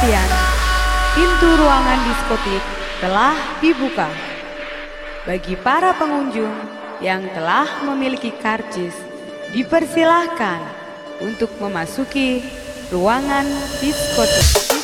perhatian, pintu ruangan diskotik telah dibuka. Bagi para pengunjung yang telah memiliki karcis, dipersilahkan untuk memasuki ruangan diskotik.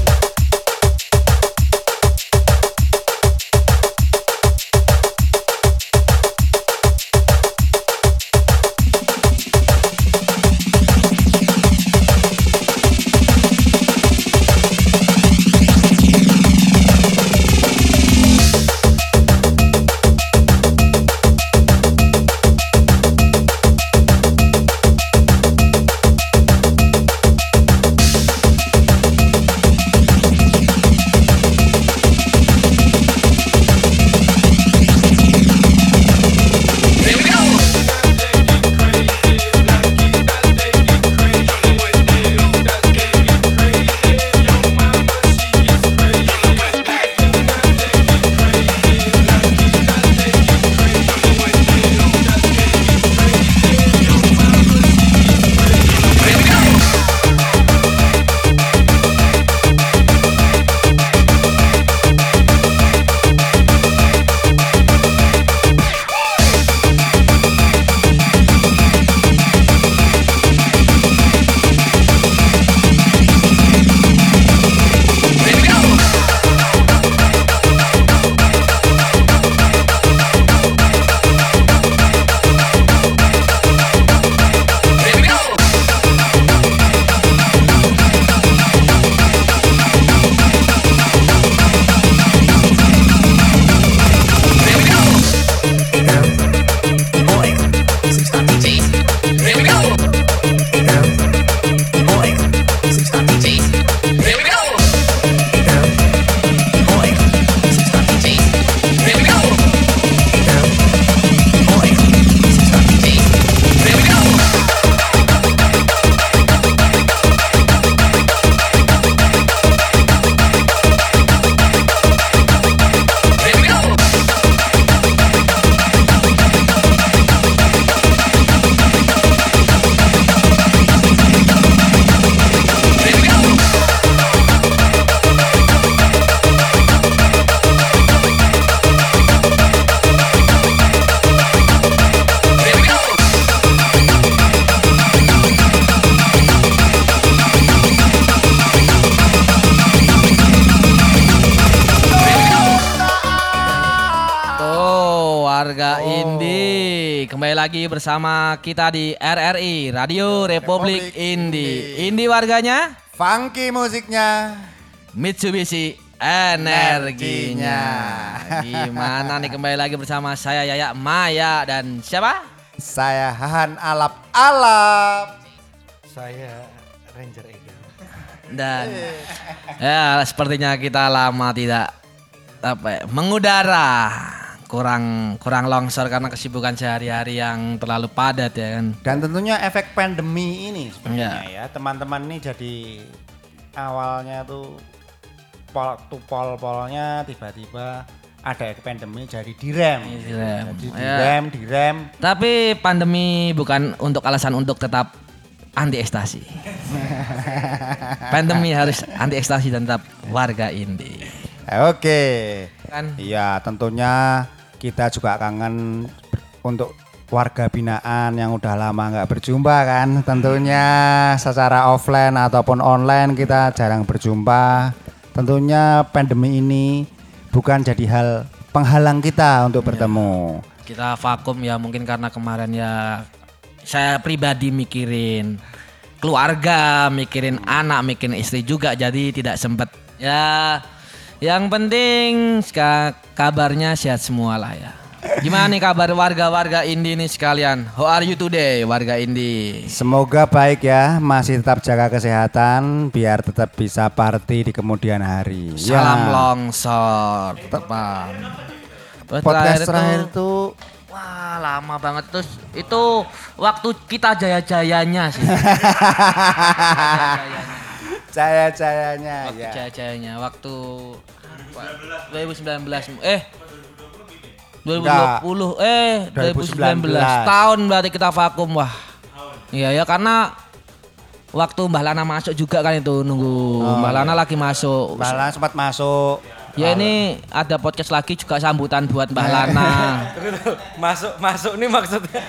Warga Indie, kembali lagi bersama kita di RRI Radio Republik Indie. Indie warganya, funky musiknya, Mitsubishi energinya. Gimana nih, kembali lagi bersama saya Yaya Maya dan siapa? Saya Hahan Alap. Saya Ranger Ega. Dan ya sepertinya kita lama tidak mengudara. kurang longsor karena kesibukan sehari-hari yang terlalu padat ya kan. Dan tentunya efek pandemi ini sebenarnya ya. Teman-teman ini jadi awalnya tuh pol-polnya tiba-tiba ada efek pandemi jadi direm. Direm. Tapi pandemi bukan untuk alasan untuk tetap anti ekstasi. Pandemi harus anti ekstasi dan tetap warga indie. Oke. Kan? Iya, tentunya kita juga kangen untuk warga binaan yang udah lama nggak berjumpa kan. Tentunya secara offline ataupun online kita jarang berjumpa. Tentunya pandemi ini bukan jadi hal penghalang kita untuk bertemu. Kita vakum ya mungkin karena kemarin ya saya pribadi mikirin keluarga, mikirin anak, mikirin istri juga, jadi tidak sempat ya. Yang penting kabarnya sehat semua lah ya. Gimana nih kabar warga-warga indie nih sekalian? How are you today warga indie? Semoga baik ya, masih tetap jaga kesehatan biar tetap bisa party di kemudian hari. Salam ya. longsor teman. Podcast terakhir tuh wah lama banget, terus itu waktu kita jaya-jayanya sih. Jaya-jayanya ya. Jaya-jayanya waktu 2019 2019 tahun berarti kita vakum. Wah iya ya, karena waktu Mbah Lana masuk juga kan itu nunggu Mbah Lana lagi masuk. Mbak Lana sempat masuk. Ya ini ada podcast lagi juga sambutan buat Mbah Lana. Masuk nih maksudnya.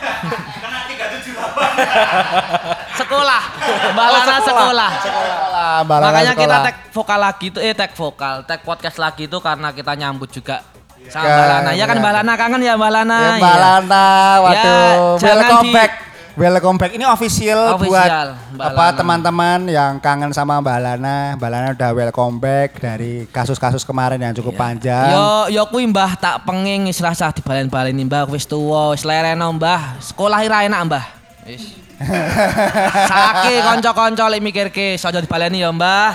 Sekolah. Mbah Lana sekolah. Mbak Lana Makanya kita sekolah. tag vokal lagi itu tag podcast lagi itu karena kita nyambut juga sama Ya, Mbah Lana. Ya kan ya. Mbah Lana kangen ya Mbah Lana. Ya, Mbak Iya. Lana, waduh, jangan welcome di- back. Welcome back. Ini official buat Mbak apa Lana. teman-teman yang kangen sama Mbak Lana. Mbak Lana udah welcome back dari kasus-kasus kemarin yang cukup panjang. Yo kuwi Mbah tak penging wis rasah dibalen-baleni Mbah wis tuwa wis lereno Mbah. Sekolah ira enak Mbah. Wis. Sake kanca-kanca lek mikirke aja dibaleni ya Mbah.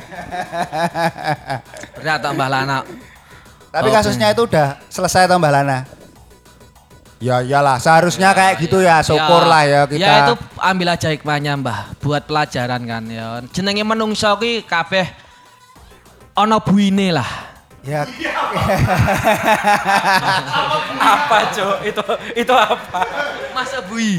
Berat tak Mbah Lana. Tapi Oke. kasusnya itu udah selesai toh Mbak Lana? Ya iyalah, seharusnya kayak gitu ya, syukurlah ya kita. Ya itu ambil aja hikmahnya Mbah buat pelajaran kan ya. Jenenge menungso ki kabeh ana buine lah. Ya, Apa Cuk? Itu apa? Masa bui.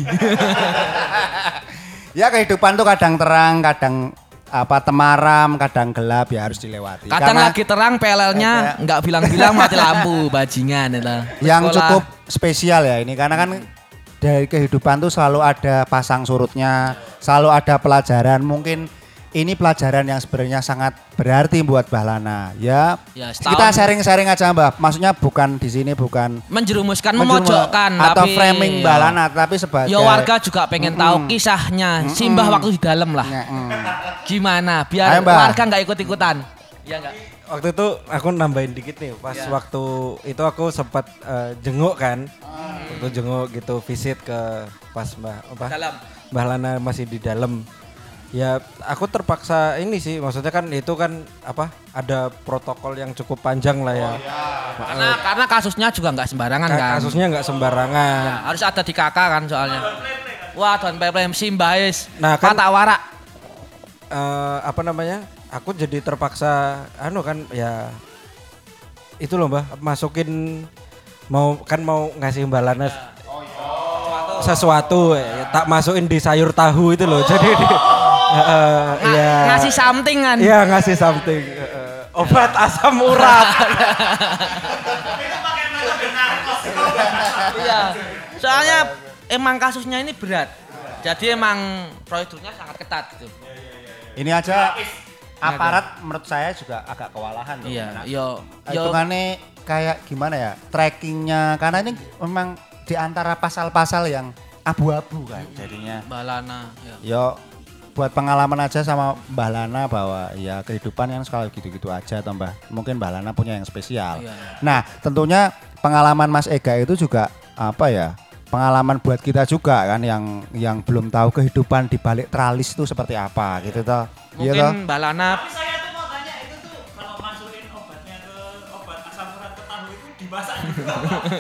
ya kehidupan tuh kadang terang, kadang apa temaram, kadang gelap ya harus dilewati. Kadang Karena lagi terang PLL-nya nggak bilang-bilang mati lampu bajingan itu. yang Sekolah. cukup spesial ya ini karena kan dari kehidupan tuh selalu ada pasang surutnya, selalu ada pelajaran. Mungkin ini pelajaran yang sebenarnya sangat berarti buat Mbah Lana. Ya, Ya, setahun- kita sharing-sharing aja Mbah. Maksudnya bukan di sini bukan menjerumuskan, memojokkan atau tapi framing Mbah Lana, tapi sebagai ya warga juga pengen tahu kisahnya Simbah waktu di dalam lah. Ya, Gimana biar Ayo, Mbah. warga nggak ikut-ikutan. Iya enggak? Waktu itu aku nambahin dikit nih, pas waktu itu aku sempat jenguk kan. Waktu jenguk gitu visit ke pas Dalam. Mbah Lana masih di dalam. Ya aku terpaksa ini sih, maksudnya kan itu kan apa ada protokol yang cukup panjang lah ya. Karena kasusnya juga nggak sembarangan kan. Kasusnya nggak sembarangan. Harus ada di kakak kan soalnya. Wah, don peplem Simbah is. Nah, kan- Kata warak. Apa namanya? Aku jadi terpaksa kan ya itu loh Mbah, masukin mau ngasih Mbak Lana sesuatu ya, tak masukin di sayur tahu itu loh. Jadi ya Ngasih something kan. iya ngasih something obat asam urat. Iya. Soalnya emang kasusnya ini berat. Jadi emang prosedurnya sangat ketat gitu. Ini aja aparat menurut saya juga agak kewalahan loh. Iya, Nah, yo hitungannya kayak gimana ya trackingnya karena ini memang di antara pasal-pasal yang abu-abu kan jadinya. Mbak Lana. Ya. Yo buat pengalaman aja sama Mbah Lana bahwa ya kehidupan yang sekali gitu-gitu aja atau mungkin Mbah Lana punya yang spesial. Iya. Nah tentunya pengalaman Mas Ega itu juga apa ya pengalaman buat kita juga kan yang belum tahu kehidupan di balik tralis itu seperti apa gitu toh. Iya toh? Mungkin Mbak Lana Saya tuh mau tanya itu tuh kalau masukin obatnya ke obat asam urat ke tahu itu dimasak juga.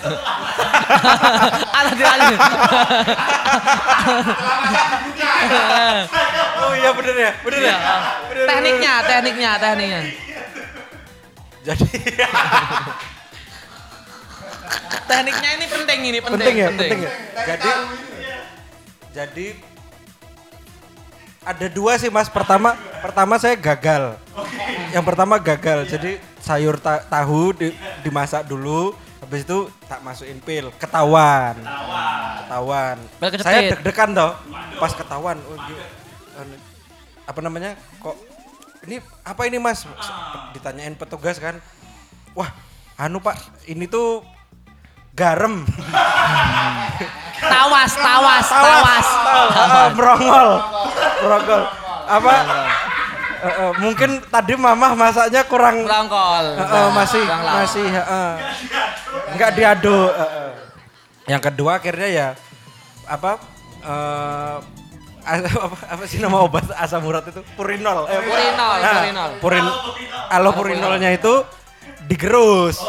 ada di lanjut. Oh iya bener ya. Tekniknya. Jadi Tekniknya ini penting penting ya. Jadi ada dua sih Mas. Pertama saya gagal. Yang pertama gagal. Jadi sayur tahu dimasak dulu. Habis itu tak masukin pil. Ketahuan. Pil kecetit. Saya deg-degan toh. Pas ketahuan. Oh, apa namanya? Kok ini apa ini Mas? Ditanyain petugas kan. Wah, Pak, ini tuh garam. Tawas. Merongol. Apa? Mungkin tadi mamah masaknya kurang Rongkol. masih nggak diaduk. Yang kedua akhirnya ya apa sih nama obat asam urat itu? Purinol. Allopurinolnya itu digerus.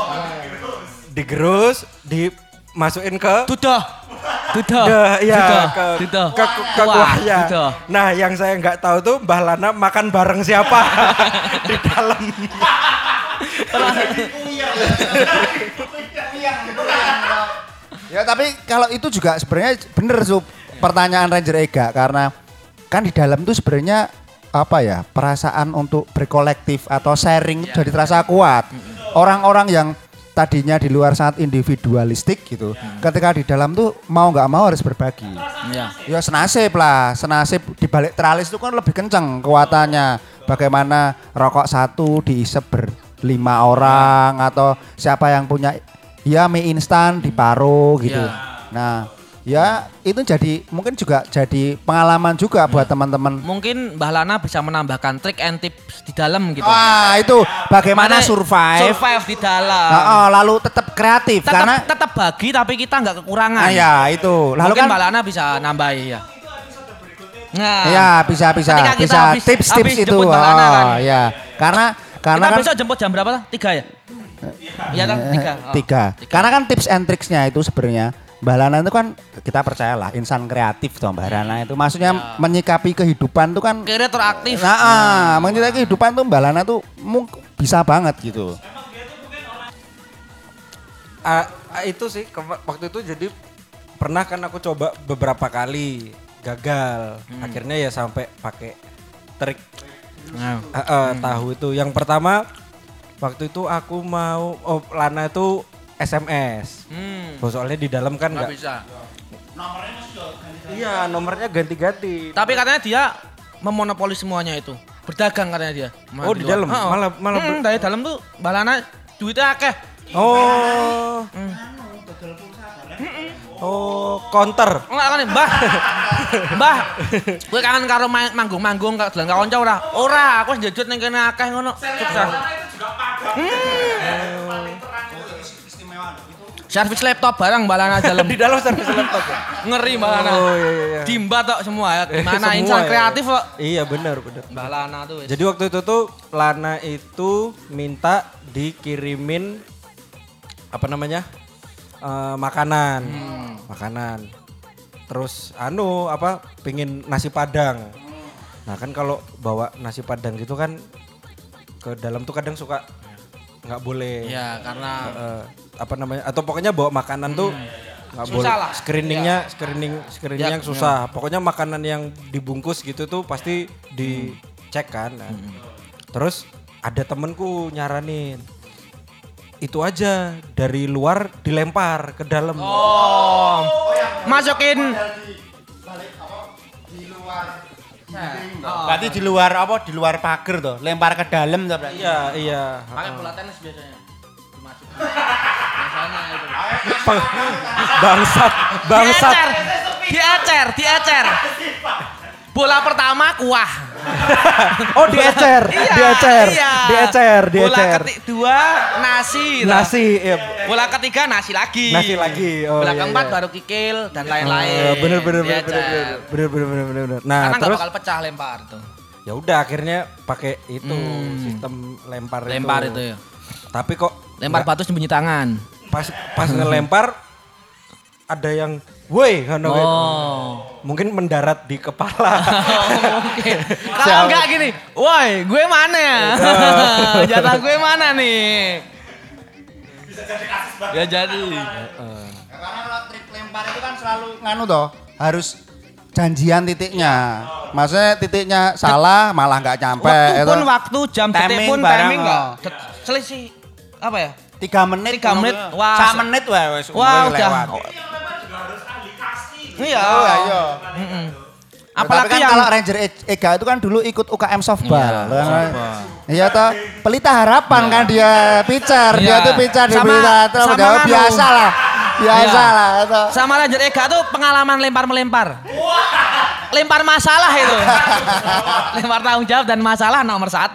Dimasukin ke Dudah. ya Dudah. ke kuahnya. Dudah. Nah, yang saya nggak tahu tuh Mbah Lana makan bareng siapa di dalam. Ya tapi kalau itu juga sebenarnya bener Sup pertanyaan Ranger Ega karena kan di dalam tuh sebenarnya apa ya, perasaan untuk berkolektif atau sharing itu jadi terasa kuat. Orang-orang yang tadinya di luar sangat individualistik gitu, ketika di dalam tuh mau nggak mau harus berbagi. Iya. Ya senasib lah, senasib di balik teralis itu kan lebih kenceng kuatannya. Bagaimana rokok satu diisep berlima orang atau siapa yang punya ya mie instan diparuh gitu. Nah, ya itu jadi mungkin juga jadi pengalaman juga buat teman-teman. Mungkin Mbah Lana bisa menambahkan trik and tips di dalam gitu. Wah, itu bagaimana survive di dalam. lalu tetap kreatif karena Tetap bagi tapi kita nggak kekurangan. ya itu. Lalu Mungkin kan Mbak Lana bisa nambahi ya. Nah, ya bisa ketika kita tips-tips habis itu. jemput Mbak Lana kan. Ya. Karena kita kan besok jemput jam berapa? 3 ya? Iya kan? 3. Oh, tiga. Karena kan tips and tricksnya itu sebenarnya Mbak Lana itu kan kita percayalah insan kreatif toh Mbak Lana itu. Maksudnya menyikapi kehidupan itu kan kreator aktif. menyikapi kehidupan tuh Mbak Lana tuh bisa banget gitu. Itu sih waktu itu jadi pernah kan aku coba beberapa kali gagal. Akhirnya ya sampai pakai trik tahu itu. Yang pertama waktu itu aku mau Lana itu SMS. Soalnya di dalam kan nggak bisa. Iya, nomornya ganti-ganti. Tapi katanya dia memonopoli semuanya itu. Berdagang katanya dia. Oh, di dalam? Malah dari dalam tuh Mbak Lana duitnya akeh. Oh. Oh, counter. Enggak kan Mbah. Mbah. Kowe kangen karo manggung-manggung karo dolan karo kanca ora? Ora, aku wis njejut ning kene akeh ngono. Sukses. Servis laptop barang Mbak Lana dalam. Di dalam servis laptop. Ngeri Mbak Lana. Oh iya. Dimba tok semua ya. Gimana Semua insan ya. kreatif kok. Iya, benar. Mbak Lana tuh wis. Jadi waktu itu tuh Lana itu minta dikirimin apa namanya? Makanan. Makanan. Terus pingin nasi padang. Nah, kan kalau bawa nasi padang gitu kan ke dalam tuh kadang suka nggak boleh. Ya, karena apa namanya? Atau pokoknya bawa makanan tuh nggak boleh. lah. Screeningnya susah. Pokoknya makanan yang dibungkus gitu tuh pasti dicek kan. Nah. Terus ada temenku nyaranin itu aja dari luar dilempar ke dalam. Oh. Masukin Berarti di luar apa? Di luar pagar tuh, lempar ke dalam tuh berarti. Iya. pakai bola tenis biasanya. Dimasukin. Biasanya itu. Bangsat. Diecer. Bola pertama kuah. Oh, diecer. Bola kedua nasi. Nasi, iya. Bola ketiga nasi lagi. Oh, Bola iya, keempat iya. baru kikil dan lain-lain. Bener. Karena Nah, nggak terus bakal pecah lempar tuh. ya udah akhirnya pakai itu sistem lempar itu ya. Tapi kok Lempar batu sembunyi tangan. pas ngelempar ada yang woi ngono gitu. Mungkin mendarat di kepala. Mungkin. Kalau enggak gini, woi gue mana ya? Jatah gue mana nih? Bisa jadi kasus banget. Ya jadi. Karena kalau trik lempar itu kan selalu nganu toh, harus janjian titiknya. Maksudnya titiknya salah malah nggak nyampe. Waktu pun itu. waktu, jam detik Timing pun barang, timing enggak. Selisih apa ya? 3 menit. 3 menit. Wah. 1 menit wes. Wah, udah. juga harus ahli casting. Iya. Oh iya. Apalagi kan yang kalau Ranger Ega itu kan dulu ikut UKM softball. Iya toh, Pelita Harapan kan dia pitcher, dia tuh pitcher di Pelita. Biasa lah. Itu. Sama Ranger Ega tuh pengalaman lempar-melempar. Lempar masalah itu. Lempar tanggung jawab dan masalah nomor 1.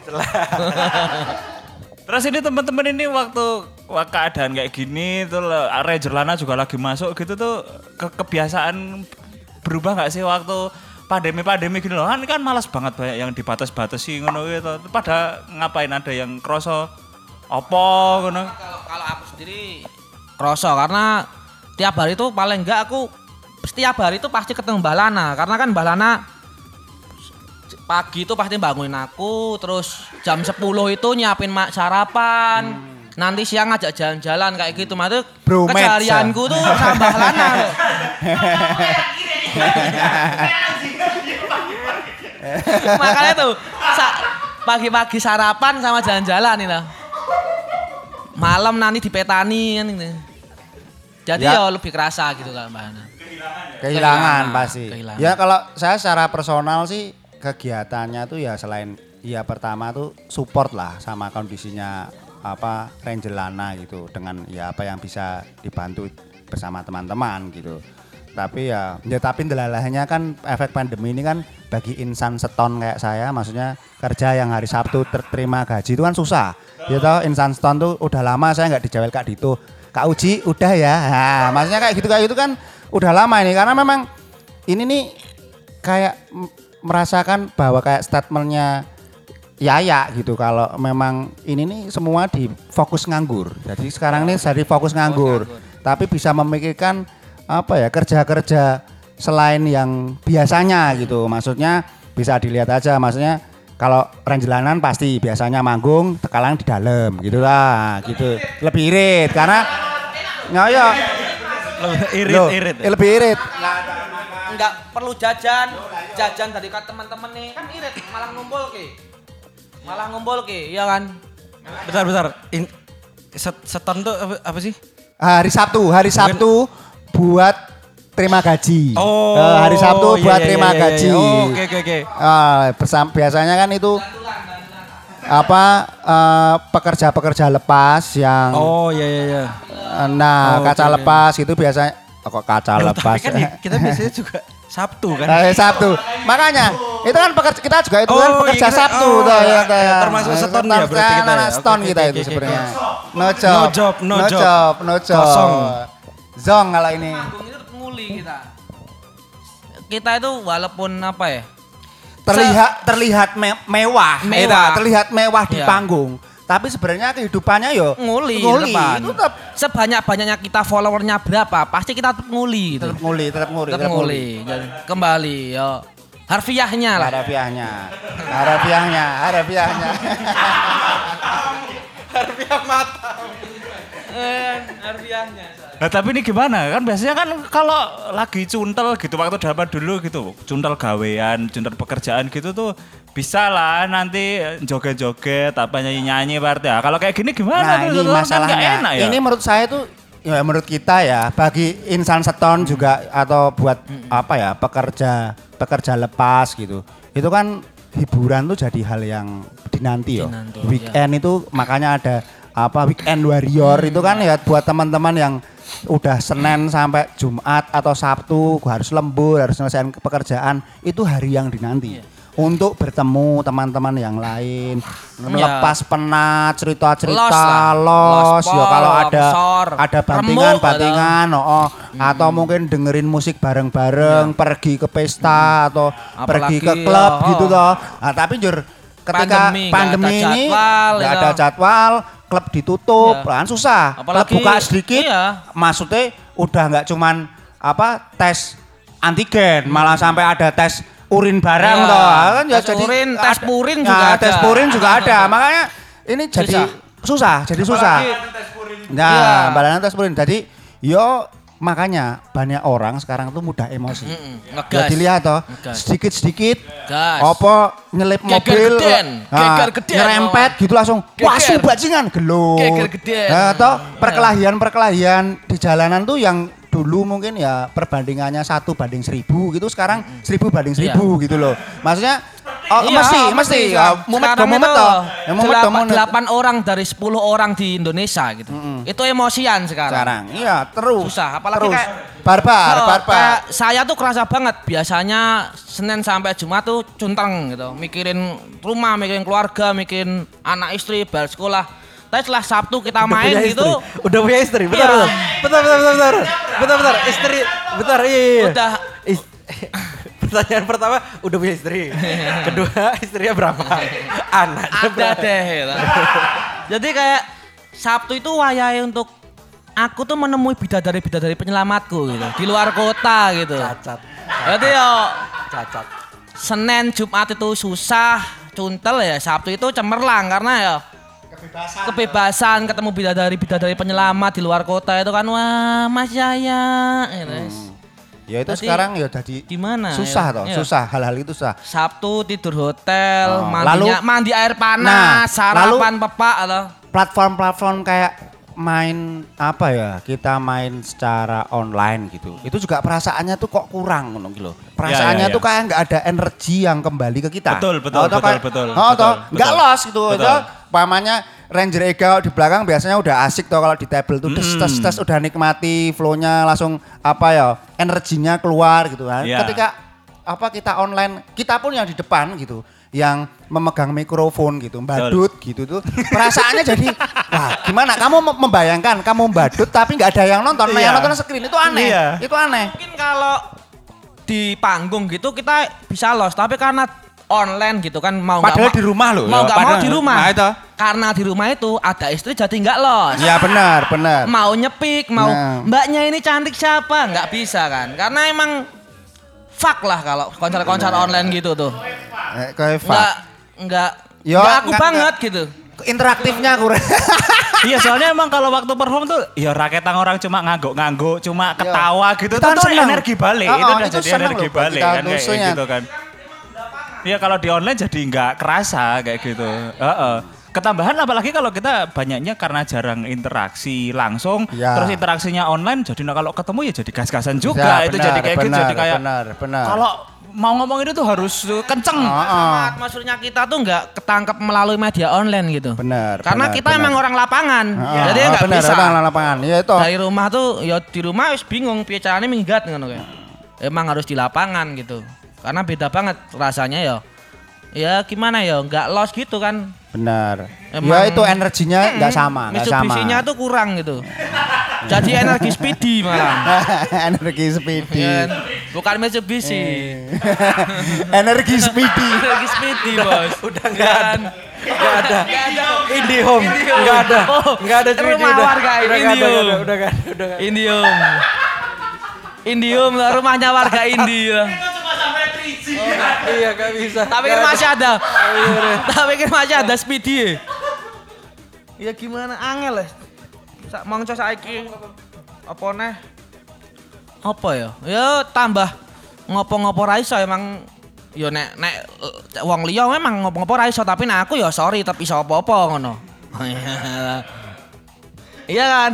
Terus ini teman-teman ini waktu keadaan kayak gini tuh Ranger Lana juga lagi masuk gitu tuh kebiasaan berubah nggak sih waktu pandemi gini loh kan malas banget banyak yang dibatas-batasi ngono gitu. Pada ngapain ada yang kroso opo ngono. Kalau aku sendiri kroso karena tiap hari itu paling enggak aku setiap hari itu pasti ketemu Mbak Lana karena kan Mbak Lana pagi itu pasti bangunin aku terus jam 10 itu nyiapin sarapan nanti siang ngajak jalan-jalan kayak gitu mah tuh Bromance, keseharianku tuh sama Mbak Lana loh. Makanya tuh pagi-pagi sarapan sama jalan-jalan nih lah. Malam nanti dipetani kan gitu. Jadi ya lebih kerasa gitu kan Mbak Hana. Kehilangan pasti. Kehilangan. Ya kalau saya secara personal sih kegiatannya tuh ya selain ya pertama tuh support lah sama kondisinya apa Ranger Lana gitu dengan ya apa yang bisa dibantu bersama teman-teman gitu. Tapi tapi delalahnya kan efek pandemi ini kan bagi insan seton kayak saya maksudnya kerja yang hari Sabtu terima gaji itu kan susah. Ya toh insan seton tuh udah lama saya nggak dijawel Kak Dito. Kak Uji udah ya. Nah, maksudnya kayak gitu kan udah lama ini karena memang ini nih kayak merasakan bahwa kayak statementnya Yaya gitu kalau memang ini nih semua di fokus nganggur. Jadi sekarang ini jadi fokus nganggur. Tapi bisa memikirkan apa ya kerja-kerja selain yang biasanya gitu. Maksudnya bisa dilihat aja maksudnya kalau Renjelanan pasti biasanya manggung tekalan di dalam gitu lah gitu. Lebih irit karena ya Irit. Lebih irit. Enggak perlu jajan dari teman-teman nih kan irit malah ngumpul ke, iya kan? Bentar. Seton tuh apa sih? Hari Sabtu buat terima gaji. Oh, hari Sabtu buat terima gaji. Oh, oke. Biasanya kan itu apa pekerja lepas yang Oh iya. Nah, kaca lepas itu biasanya kok kaca lepas. Tapi kan kita biasanya juga Sabtu kan. Sabtu. Makanya itu kan kita juga itu kan pekerja Sabtu tuh ya. Termasuk seton ya berarti kita. Seton kita itu sebenarnya. No job. Kosong. Zong kalau ini. Manggung itu nguli kita. Kita itu walaupun apa ya? Terlihat mewah. Terlihat mewah di panggung. Tapi sebenarnya kehidupannya yo nguli. Itu tetap sebanyak-banyaknya kita followernya berapa, pasti kita tetap nguli. Tetap nguli. Jadi, kembali yo. Harfiahnya lah. Harfiahnya. Harfiah mata. Harfiahnya. Nah tapi ini gimana kan biasanya kan kalau lagi cuntel gitu waktu zaman dulu gitu cuntel gawean, cuntel pekerjaan gitu tuh bisa lah nanti joget-joget apa nyanyi-nyanyi berarti ya. Kalau kayak gini gimana? Nah ini masalahnya, kan enak, ya? Ini menurut saya tuh ya menurut kita ya bagi insan seton juga atau buat apa ya pekerja lepas gitu. Itu kan hiburan tuh jadi hal yang dinanti yo. Weekend itu makanya ada apa weekend warrior itu kan ya buat teman-teman yang udah Senin sampai Jumat atau Sabtu harus lembur, harus selesaikan pekerjaan, itu hari yang dinanti. Untuk bertemu teman-teman yang lain, melepas penat, cerita-cerita, los ya kalau ada bantingan, atau mungkin dengerin musik bareng-bareng, pergi ke pesta atau pergi ke klub gitu toh. Nah, tapi jujur ketika pandemi ini nggak ada jadwal, klub ditutup, kan susah. Klub buka sedikit, maksudnya udah nggak cuman apa tes antigen, malah sampai ada tes urin barang toh, kan ya jadi tes purin juga ada. Tes purin juga ada, makanya ini jadi susah. Nah, badan tes purin, jadi yo makanya banyak orang sekarang tuh mudah emosi. Ya dilihat toh, sedikit-sedikit, apa nyelip mobil, nyerempet gitu langsung, wah bajingan, gelo. Nah toh perkelahian di jalanan tuh yang dulu mungkin ya perbandingannya 1:1000 gitu, sekarang 1000:1000 gitu loh. Maksudnya mesti mumet toh. 8 orang dari 10 orang di Indonesia gitu. Itu emosian sekarang. Iya, terus. Susah, apalagi kayak barbar. Kayak saya tuh kerasa banget biasanya Senin sampai Jumat tuh cunteng gitu. Mikirin rumah, mikirin keluarga, mikirin anak istri, bayar sekolah. Tapi setelah Sabtu kita main gitu. Udah punya istri, bentar. Istri, bentar, iya. Udah. Pertanyaan pertama, udah punya istri. Kedua, istrinya berapa? Anaknya Ada berapa? deh. Gitu. Jadi kayak Sabtu itu wayahe untuk aku tuh menemui bidadari penyelamatku gitu. Di luar kota gitu. Cacat. Jadi yo Cacat. Senin, Jumat itu susah, cuntel ya. Sabtu itu cemerlang karena ya kebebasan ketemu bidadari penyelamat di luar kota itu kan wah Mas Yaya gitu. Ya itu Berarti sekarang ya jadi di mana susah ya? toh, Iya. susah hal-hal itu susah. Sabtu tidur hotel, Oh, mandi air panas, Nah, sarapan pepak atau Platform-platform kayak main apa ya, kita main secara online gitu. Itu juga perasaannya tuh kok kurang ngono gitu loh. Perasaannya Ya. tuh kayak nggak ada energi yang kembali ke kita. Betul. Nggak los gitu. Betul. Itu pamannya Ranger Ega di belakang biasanya udah asik tuh kalau di table tuh tes udah nikmati flow-nya langsung apa ya, energinya keluar gitu kan. Ya. Ketika apa kita online, kita pun yang di depan gitu, yang memegang mikrofon gitu, badut gitu tuh, perasaannya jadi, wah gimana? Kamu membayangkan kamu badut tapi nggak ada yang nonton, Iya. yang nonton screen itu aneh, Iya. itu aneh. mungkin kalau di panggung gitu kita bisa los, tapi karena online gitu kan mau nggak Padahal mau di rumah loh, mau ya, nggak mau padahal- di rumah. Nah, itu. Karena di rumah itu ada istri jadi nggak los. Ya benar. Mau nyepik, mau Nah. mbaknya ini cantik siapa, nggak bisa kan? Karena emang fuck lah kalau konser-konser online gitu tuh. Kayak Pak. Nggak Yo, nggak aku nggak- banget gitu. Interaktifnya kurang. Iya soalnya emang kalau waktu perform tuh ya raketang orang cuma ngangguk-ngangguk, cuma ketawa gitu Kita kan tuh senang. energi balik. Oh, Itu udah itu jadi senang energi loh buat balik kita kan kayak tuh, gitu kan. Iya kalau di online jadi nggak kerasa kayak gitu. Ketambahan apalagi kalau kita banyaknya karena jarang interaksi langsung, Ya. terus interaksinya online jadi kalau ketemu ya jadi gas-gasan juga. Ya, Itu benar, jadi kayak gitu benar, jadi kayak benar. kalau mau ngomong itu tuh harus kenceng. Sama atmosfernya kita tuh nggak ketangkep melalui media online gitu. Benar, Karena benar, kita benar. emang orang lapangan. Jadi nggak benar, bisa. orang lapangan. Ya itu. Dari rumah tuh ya di rumah wis bingung piye carane minggat ngono kayak. Emang harus di lapangan gitu. Karena beda banget rasanya ya. Ya gimana ya, nggak los gitu kan. Benar. Emang- Ya itu energinya nggak sama, nggak sama. Mitsubishi-nya tuh kurang gitu. Jadi energi speedy malah. Energi speedy. Ya kan? Bukan Mitsubishi. Energi speedy. Energi speedy, Bos. Udah nggak ada. Nggak ada. IndiHome. Nggak ada. Nggak ada cuy. Rumah warga Udah nggak ada, Indium. udah nggak ada. Indium. Indium rumahnya warga India. Iya nggak bisa. Tak pikir masih ada. Tak pikir masih ada speedy. Ya gimana angel ya. Sak mangsa saiki apa neh? Apa ya? Ya tambah ngopo-ngopo ra iso emang ya nek wong liya memang ngopo-ngopo ra iso tapi nek aku ya sorry tapi iso apa-apa ngono. Iya kan?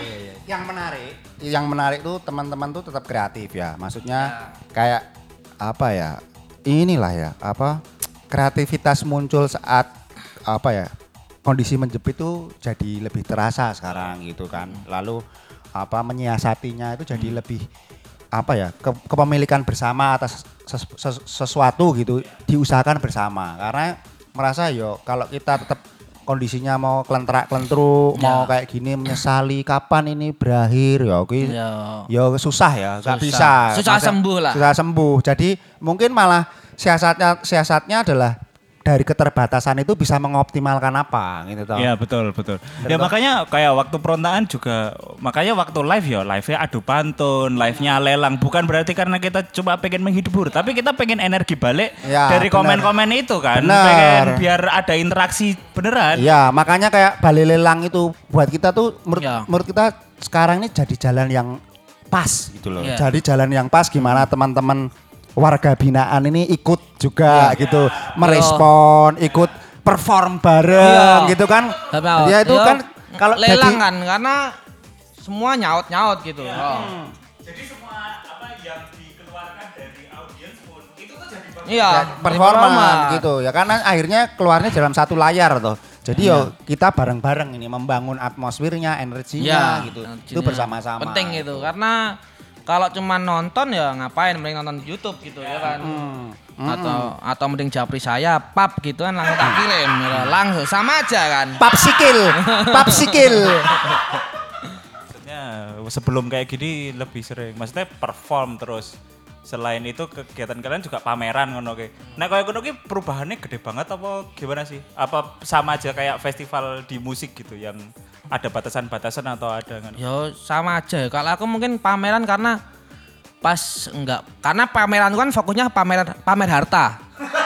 Yang menarik tuh teman-teman tuh tetap kreatif ya. Maksudnya kayak apa ya? Inilah ya, apa? Kreativitas muncul saat apa ya? Kondisi menjepit itu jadi lebih terasa sekarang gitu kan. Lalu apa menyiasatinya itu jadi lebih apa ya? Kepemilikan bersama atas sesuatu gitu diusahakan bersama. Karena merasa yo kalau kita tetap kondisinya mau kelentrak-kelentruk, mau kayak gini menyesali kapan ini berakhir ya oke. Ya susah ya, nggak bisa. Susah sembuh lah. Susah sembuh. Jadi mungkin malah siasatnya adalah dari keterbatasan itu bisa mengoptimalkan apa gitu toh. Iya betul. Ya makanya kayak waktu perontaan juga, makanya waktu live ya live-nya adu pantun, live-nya lelang. Bukan berarti karena kita cuma pengen menghibur, tapi kita pengen energi balik Ya, dari benar. komen-komen itu kan. Benar. Pengen biar ada interaksi beneran. Iya, makanya kayak Bali Lelang itu buat kita tuh Ya. menurut kita sekarang ini jadi jalan yang pas gitu loh. Ya. Jadi jalan yang pas gimana teman-teman warga binaan ini ikut juga gitu, merespon, ikut perform bareng Iya. gitu kan. Tapi, Ya itu ya, kan kalau lelang jadi kan karena semua nyaut-nyaut gitu. Jadi semua apa yang dikeluarkan dari audiens pun itu tuh jadi Iya, performa gitu ya karena akhirnya keluarnya dalam satu layar tuh. Jadi Iya. yo kita bareng-bareng ini membangun atmosfernya, energinya gitu. Itu bersama-sama. Penting itu karena kalau cuma nonton ya ngapain, mending nonton di YouTube gitu ya kan. Atau mending japri saya pap gitu kan langsung tak kirim gitu. Langsung sama aja kan. Pap sikil. maksudnya sebelum kayak gini lebih sering. Maksudnya perform terus. Selain itu kegiatan kalian juga pameran ngono ki. Nah kayak ngono ki perubahannya gede banget apa gimana sih? Apa sama aja kayak festival di musik gitu yang ada batasan-batasan atau ada kan? Yo sama aja. Kalau aku mungkin pameran karena pas enggak karena pameran itu kan fokusnya pamer harta.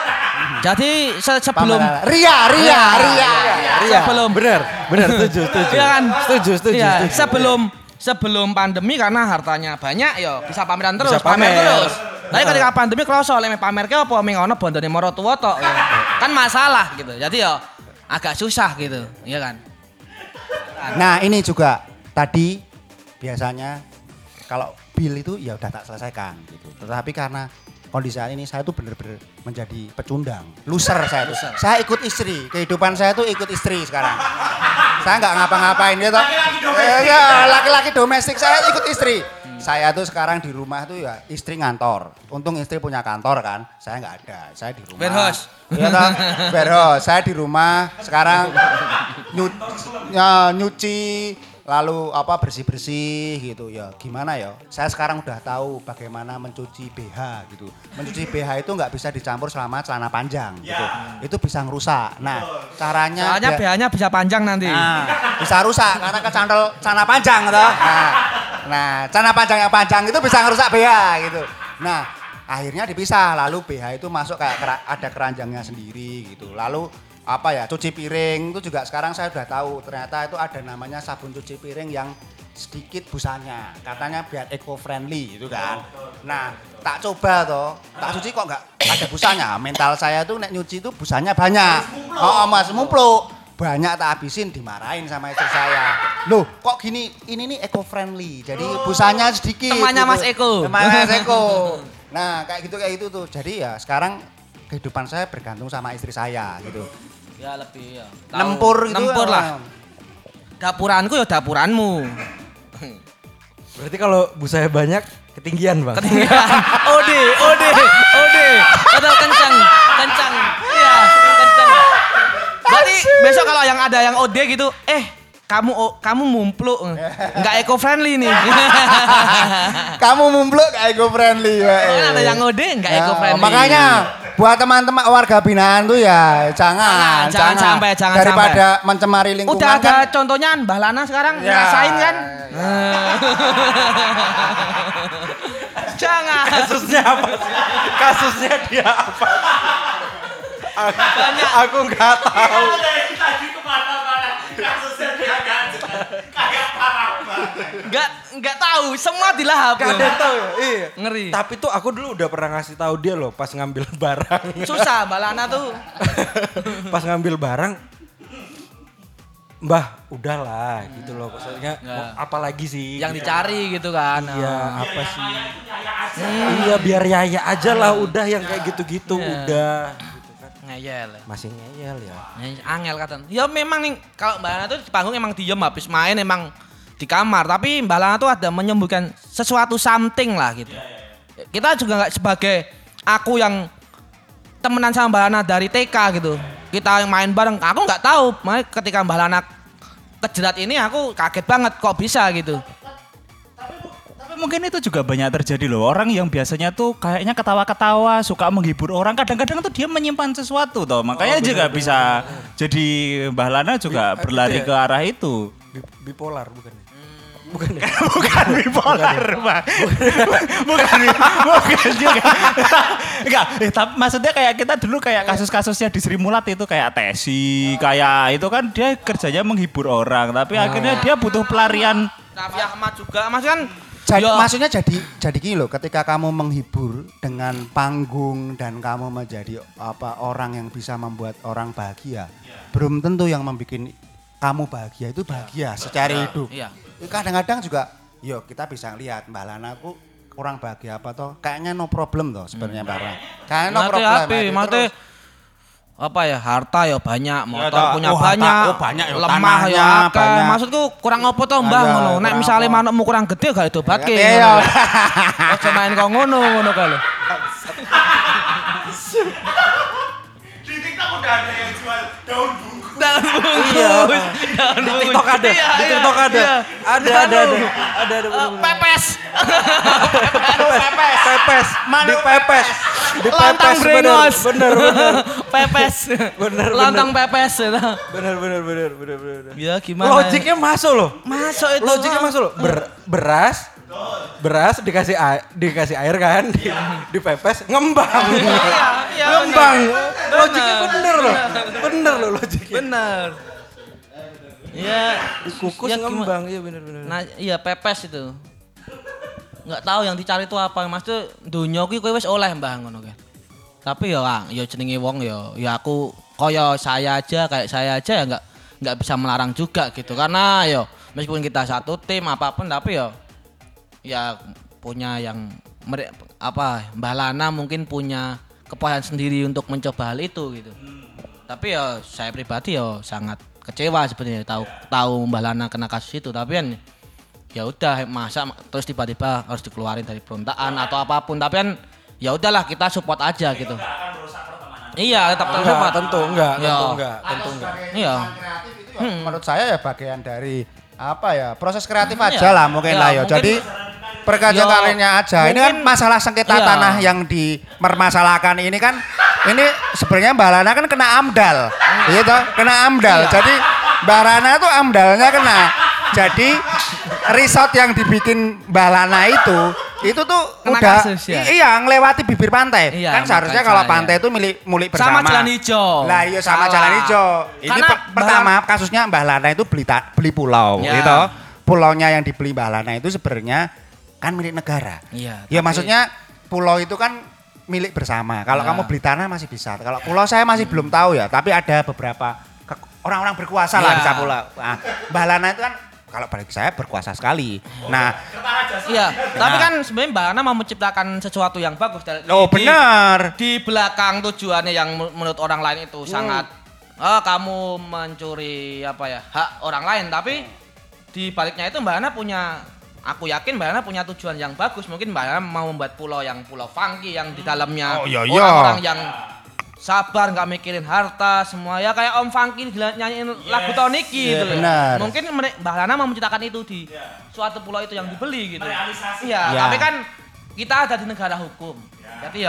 Jadi sebelum Ria. sebelum Bener, setuju. Iya kan? Setuju. Iya, sebelum sebelum pandemi karena hartanya banyak ya bisa pameran terus, Bisa pamer. terus. Tapi ketika pandemi kroso lek pamerke apa ming ono bondone moro tuwa tok. Ya. Kan masalah gitu. Jadi ya agak susah gitu, iya kan? Nah ini juga tadi biasanya kalau bill itu ya udah tak selesaikan gitu. Tetapi karena kondisi saat ini saya tuh bener-bener menjadi pecundang, loser saya tuh. Saya ikut istri, kehidupan saya tuh ikut istri sekarang. Saya nggak ngapa-ngapain gitu. Laki-laki domestik saya ikut istri. Saya tuh sekarang di rumah tuh ya istri ngantor. Untung istri punya kantor kan, saya nggak ada. Saya di rumah. Warehouse. Iya toh, warehouse. Saya di rumah sekarang nyuci lalu apa bersih-bersih gitu ya. Gimana ya? Saya sekarang udah tahu bagaimana mencuci BH gitu. Mencuci BH itu nggak bisa dicampur selama celana panjang gitu. Itu bisa ngerusak. Nah, caranya Soalnya BH-nya bisa panjang nanti. Nah, bisa rusak karena kecantol celana panjang toh. Nah, celana panjang yang panjang itu bisa ngerusak BH gitu. Nah, akhirnya dipisah lalu BH itu masuk kayak ada keranjangnya sendiri gitu. Lalu apa ya, cuci piring itu juga sekarang saya udah tahu ternyata itu ada namanya sabun cuci piring yang sedikit busanya. Katanya biar eco friendly gitu kan. Nah, tak coba toh, tak cuci kok nggak ada busanya. Mental saya tuh nek nyuci itu busanya banyak. Oh, Mas mumpluk. Banyak tak habisin dimarahin sama istri saya. Loh, kok gini? Ini nih eco friendly. Jadi busanya sedikit. Temannya gitu. Mas Eko. Temannya Mas Eko. Nah, kayak gitu tuh. Jadi ya sekarang kehidupan saya bergantung sama istri saya gitu. Ya lebih ya. Nempur gitu. Nempur lah. Dapuranku ya dapuranmu. Berarti kalau bu saya banyak ketinggian bang. Ode. Atau kencang. Iya, kencang. Berarti besok kalau yang ada yang ode gitu, kamu mumpluk, nggak eco friendly nih. Kamu mumpluk gak eco friendly ya. Ada yang ode nggak eco friendly. Makanya buat teman-teman warga binaan tuh ya jangan sampai. Daripada mencemari lingkungan. Udah ada kan. contohnya Mbah Lana sekarang Ya, ngerasain kan? ya. Jangan. Kasusnya apa sih? Kasusnya dia apa? Aku nggak tahu. Tadi kemana-mana kasusnya dia kayak parah banget. Nggak tahu, semua dilahap. Gak ada yang tahu ya? Iya. Ngeri. Tapi tuh aku dulu udah pernah ngasih tahu dia loh pas ngambil barang. Susah Mbah Lana tuh. Pas ngambil barang, Mbah, udahlah gitu loh. Maksudnya mau apa lagi sih? Yang dicari gitu kan. Iya, apa sih? Iya, biar Yaya aja lah udah yang kayak gitu-gitu udah. Gitu kan. Ngeyel. Masih ngeyel ya. Angel katan. Ya memang nih kalau Mbak Lana tuh di panggung emang diem habis main emang di kamar. Tapi Mbak Lana tuh ada menyembuhkan sesuatu something lah gitu. Kita juga nggak sebagai aku yang temenan sama Mbak Lana dari TK gitu. Kita yang main bareng. Aku nggak tahu. Makanya ketika Mbak Lana kejerat ini aku kaget banget kok bisa gitu. Tapi mungkin itu juga banyak terjadi loh. Orang yang biasanya tuh kayaknya ketawa-ketawa, suka menghibur orang. Kadang-kadang tuh dia menyimpan sesuatu toh. Makanya juga bisa jadi Mbah Lana juga berlari ke arah itu. Bipolar bukan ya? Bukan ya? Bukan bipolar, Pak. Bukan juga. Enggak, tapi maksudnya kayak kita dulu kayak kasus-kasusnya di Sri Mulat itu kayak Tesi, kayak itu kan dia kerjanya menghibur orang, tapi akhirnya dia butuh pelarian. Raffi Ahmad juga, maksudnya Maksudnya jadi gini loh, ketika kamu menghibur dengan panggung dan kamu menjadi orang yang bisa membuat orang bahagia, belum tentu yang membuat kamu bahagia itu bahagia secara hidup. Iya. Kadang-kadang juga, yuk kita bisa lihat Mbak Lana aku kurang bahagia apa toh? Kayaknya no problem toh sebenarnya Mbak Lana. Kayaknya no problem. Mati apa ya, harta ya banyak, motor Ya, punya harta, banyak, banyak ya, lemah tanahnya ya akeh. banyak. Maksudku kurang apa toh Mbah Iya, ngono. Nek kurang misale apa. manukmu kurang gede gak didobake. Iya. Aja main kok ngono kae lho. Di TikTok udah ada yang jual daun bungkus. Daun bungkus. Iya. Daun Di bungkus. TikTok ada. Iya, Di iya, TikTok ada. iya. Ada. Pepes. Pepes. Dipepes. Lontang brengos. Bener. Pepes. Bener. Lontang pepes. Bener. Ya gimana? Logiknya masuk loh. Masuk itu. Logiknya masuk loh. Beras dikasih air kan, dipepes ngembang. Iya, Ngembang. bener. Logiknya bener loh logiknya. Bener. Ya, Kukus ya ngembang, iya bener-bener. Nah, iya pepes itu. Enggak tahu yang dicari itu apa. Maksudnya dunya kuwi kowe wis oleh mbah ngono kan. Tapi ya jenenge wong ya aku kaya saya aja kayak saya aja ya enggak bisa melarang juga gitu. Karena ya meskipun kita satu tim apapun tapi ya punya yang Mbah Lana mungkin punya kepuasan sendiri untuk mencoba hal itu gitu. Tapi ya saya pribadi ya sangat kecewa sebenarnya tahu Mbah Lana kena kasus itu, tapi kan ya udah masa terus tiba-tiba harus dikeluarin dari perontaan atau apapun, tapi kan ya udahlah kita support aja gitu. Iya, tetap support. Tentu enggak. Iya. Menurut saya ya bagian dari apa ya proses kreatif aja lah mungkin lah ya. Jadi perkajian karirnya aja. Ini kan masalah sengketa tanah yang dipermasalahkan ini kan. Ini sebenarnya Mbak Lana kan kena AMDAL, gitu, kena AMDAL. Jadi Mbak Lana tuh AMDALnya kena. Jadi resort yang dibikin Mbak Lana itu tuh kena udah kasus, ya? Iya ngelewati bibir pantai. Iya, Kan seharusnya kalau pantai itu milik bersama. Sama jalan hijau. Lah iya sama jalan hijau. Ini pertama kasusnya Mbah Lana itu beli pulau, ya. gitu. Pulaunya yang dibeli Mbah Lana itu sebenarnya kan milik negara. Iya. Ya maksudnya pulau itu kan milik bersama. Kalau kamu beli tanah masih bisa. Kalau pulau saya masih belum tahu ya. Tapi ada beberapa orang-orang berkuasa lah bisa pulau. Nah, Mbah Lana itu kan kalau bagi saya berkuasa sekali. Nah, iya. Tapi kan sebenarnya Mbak Lana mau menciptakan sesuatu yang bagus. Benar. Di belakang tujuannya yang menurut orang lain itu sangat kamu mencuri hak orang lain. Tapi di baliknya itu Mbak Lana aku yakin Mbak Lana punya tujuan yang bagus. Mungkin Mbak Lana mau membuat pulau funky yang di dalamnya orang-orang yang sabar, nggak mikirin harta semua ya kayak Om Funky nyanyiin lagu Toniki gitu loh. Mungkin Mbak Lana mau menciptakan itu di suatu pulau itu yang dibeli gitu. Iya, tapi kan kita ada di negara hukum. Jadi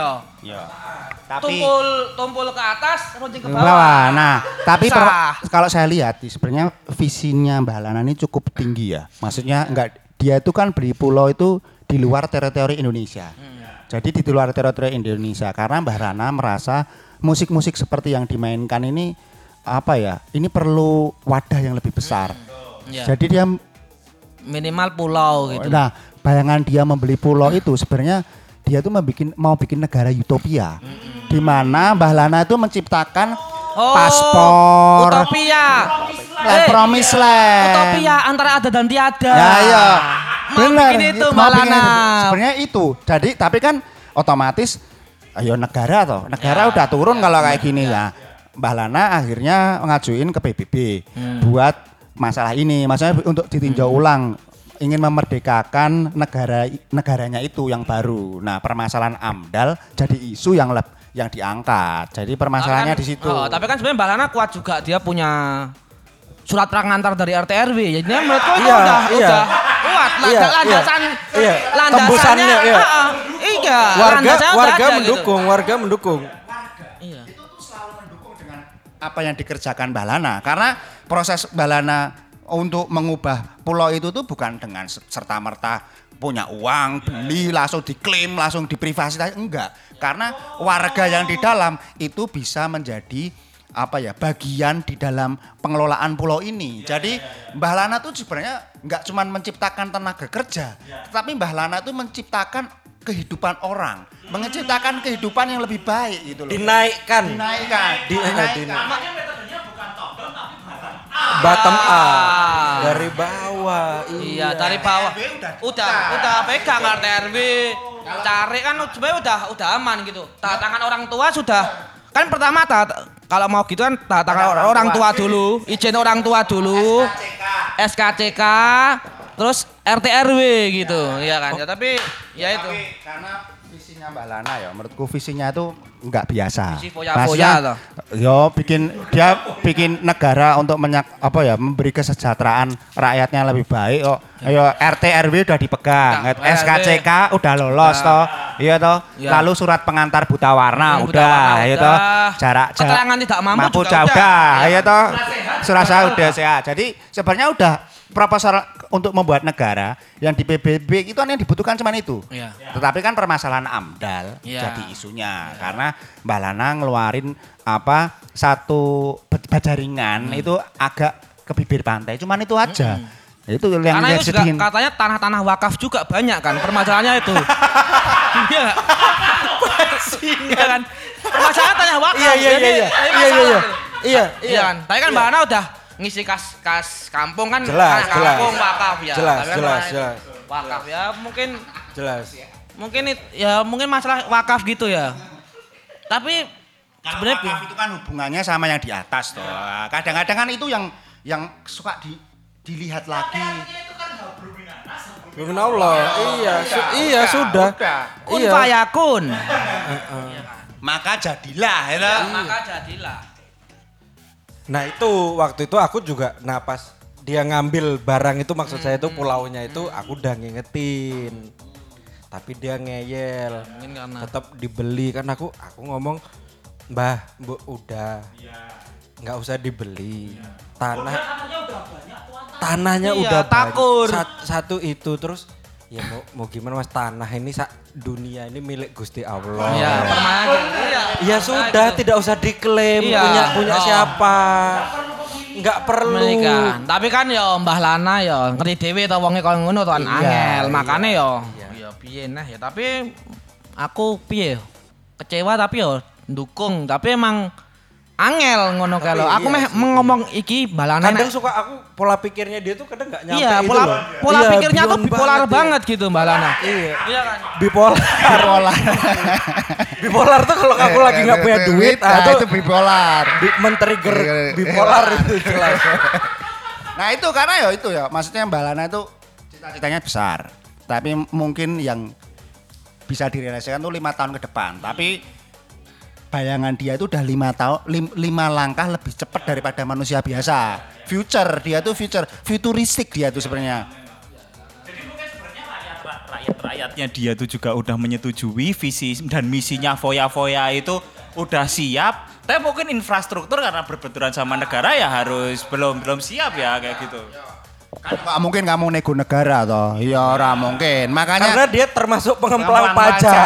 tapi tumpul ke atas, runcing ke bawah. bawah. Nah, tapi kalau saya lihat sebenarnya visinya Mbah Lana ini cukup tinggi ya. Maksudnya dia itu kan beli pulau itu di luar teritori Indonesia. Jadi di luar teritori Indonesia karena Mbah Lana merasa musik-musik seperti yang dimainkan ini ini perlu wadah yang lebih besar. Jadi dia minimal pulau gitu. Nah, bayangan dia membeli pulau itu sebenarnya dia tuh mau bikin negara utopia. Di mana Mbah Lana itu menciptakan paspor. Utopia. Promise land. Utopia antara ada dan tiada. Ya iya. Benar. Itu Mbah Lana. Sebenarnya itu. Jadi tapi kan otomatis negara udah turun kalau kayak gini ya. Mbah Lana akhirnya ngajuin ke PBB buat masalah ini. Maksudnya untuk ditinjau ulang, ingin memerdekakan negaranya itu yang baru. Nah, permasalahan AMDAL jadi isu yang diangkat. Jadi permasalahannya di situ. Tapi kan sebenarnya Mbah Lana kuat juga, dia punya surat pengantar dari RT RW. Jadi menurutku itu udah kuat landasannya. Warga mendukung. Iya. Itu tuh selalu mendukung dengan apa yang dikerjakan Mbah Lana karena proses Mbah Lana untuk mengubah pulau itu tuh bukan dengan serta-merta punya uang, beli langsung diklaim, langsung diprivasi, enggak. Karena warga yang di dalam itu bisa menjadi bagian di dalam pengelolaan pulau ini. Jadi Mbah Lana tuh sebenarnya enggak cuma menciptakan tenaga kerja, tetapi Mbah Lana tuh menciptakan kehidupan orang, menciptakan kehidupan yang lebih baik gitu loh. Dinaikkan. Bottom up dari bawah. Iya, dari bawah. Udah pegang RT RW. Cari kan sebenarnya udah aman gitu. Tangan orang tua sudah kan pertama kalau mau gitu kan tangan orang tua dulu, izin orang tua dulu. SKCK terus RT RW gitu. Iya kan. Ya, tapi ya itu. Karena visinya Mbah Lana ya, menurutku visinya itu enggak biasa. Visi foya-foya toh. Dia bikin negara untuk memberi kesejahteraan rakyatnya lebih baik. RT RW udah dipegang, SKCK udah lolos toh. Iya toh. Lalu surat pengantar buta warna udah, ya toh. Jarak keterangan tidak mampu juga udah. Ya toh. Surat saya udah sehat. Jadi sebenarnya udah proposal untuk membuat negara yang di PBB itu kan yang dibutuhkan cuma itu. Iya. Tetapi kan permasalahan AMDAL jadi isunya karena Mbah Lana ngeluarin satu bajaringan itu agak ke bibir pantai. Cuman itu aja. Itu yang Karena itu juga sedihin. katanya tanah-tanah wakaf juga banyak kan. Permasalahannya itu. Iya nggak? Iya kan? Permasalahan tanah wakaf. Iya. Iya. Iya kan? Tapi kan Mbak Ana udah ngisi kas kampung kan. Jelas, kas kampung jelas. wakaf ya. Jelas, Tapi kan jelas, makanya jelas. Wakaf ya mungkin Jelas. mungkin masalah wakaf gitu ya. Tapi Sebenarnya itu kan hubungannya sama yang di atas toh. Kadang-kadang kan itu yang suka dilihat lagi. Firman Allah. Iya sudah. kun Iya. fayakun. Maka jadilah ya. Maka jadilah. Nah itu waktu itu aku juga pas dia ngambil barang itu maksud saya itu pulaunya itu aku udah ngingetin. Tapi dia ngeyel. Mungkin karena Tetap dibeli kan aku ngomong Mbah, Bu udah. Nggak usah dibeli. Tanahnya Iya, udah takur. Satu itu terus ya mau gimana Mas, tanah ini dunia ini milik Gusti Allah. Iya, permainan. Iya. Ya sudah, tidak usah diklaim Iya. punya siapa. Enggak perlu. Menikah. Tapi kan ya Mbah Lana ya ngerti dhewe to wonge koyo ngono to angel. Makane ya ya piye nah ya tapi aku piye kecewa tapi ya ndukung tapi emang angel ngono kae lho. Aku meh ngomong iki Mbah Lana. Kadang suka aku pola pikirnya dia tuh kadang enggak nyampe Iya, itu pola loh. pola Iya, pikirnya tuh beyond bipolar ya. banget gitu Mbak Lana. Iya. Iya kan? Bipolar. Bipolar tuh kalau aku lagi nggak punya duit, itu bipolar. men-trigger bipolar itu jelas. Nah itu karena ya itu ya, maksudnya Mbak Lana itu cita-citanya besar. Tapi mungkin yang bisa direalisasikan tuh 5 tahun ke depan. Tapi bayangan dia itu udah 5 langkah lebih cepat daripada manusia biasa. Dia tuh futuristik dia tuh sebenarnya. Jadi mungkin sebenarnya rakyat-rakyatnya dia tuh juga udah menyetujui visi dan misinya Foya-Foya itu udah siap. Tapi mungkin infrastruktur karena berbenturan sama negara ya harus belum siap ya kayak gitu. Kan nggak mungkin kamu nego negara toh. Iya ora mungkin. Makanya Karena dia termasuk pengemplang pajak.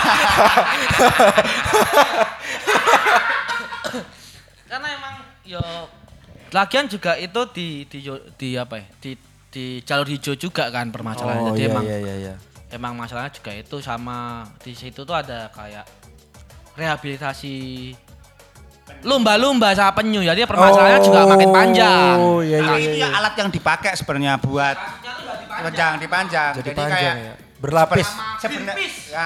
Karena emang yo lagian juga itu di apa ya? Di jalur hijau juga kan permasalahannya. Jadi iya. emang masalahnya juga itu sama di situ tuh ada kayak rehabilitasi lumba-lumba sama penyu. Jadi permasalahannya juga makin panjang. Oh iya. nah, itu ya alat yang dipakai sebenarnya buat dipanjang. Jadi Jadi panjang kayak ya. Berlapis. sebenarnya ya,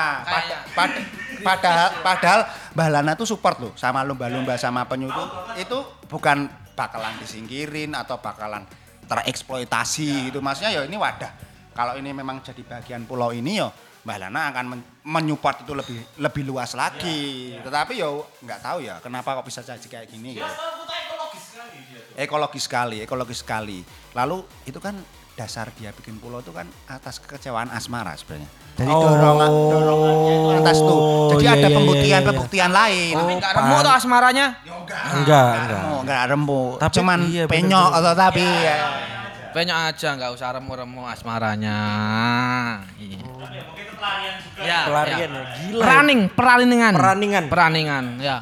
padahal Mbah Lana tuh support loh sama lumba-lumba sama penyu itu bukan bakalan disingkirin atau bakalan tereksploitasi gitu. Maksudnya ya ini wadah. Kalau ini memang jadi bagian pulau ini ya Mbah Lana akan menyupport itu lebih luas lagi. Tetapi ya nggak tahu ya kenapa kok bisa jadi kayak gini gitu. Ekologis sekali. Lalu itu kan dasar dia bikin pulau itu kan atas kekecewaan asmara sebenarnya. Jadi dorongannya itu atas tuh. Jadi ada pembuktian lain. Tapi enggak remuk tuh asmaranya. Enggak. Enggak remuk. Tapi Cuman iya, penyok atau tapi ya. Penyok aja enggak usah remuk-remuk asmaranya. Iya. Ya, Pelarian ya. Gila. Peraningan, ya.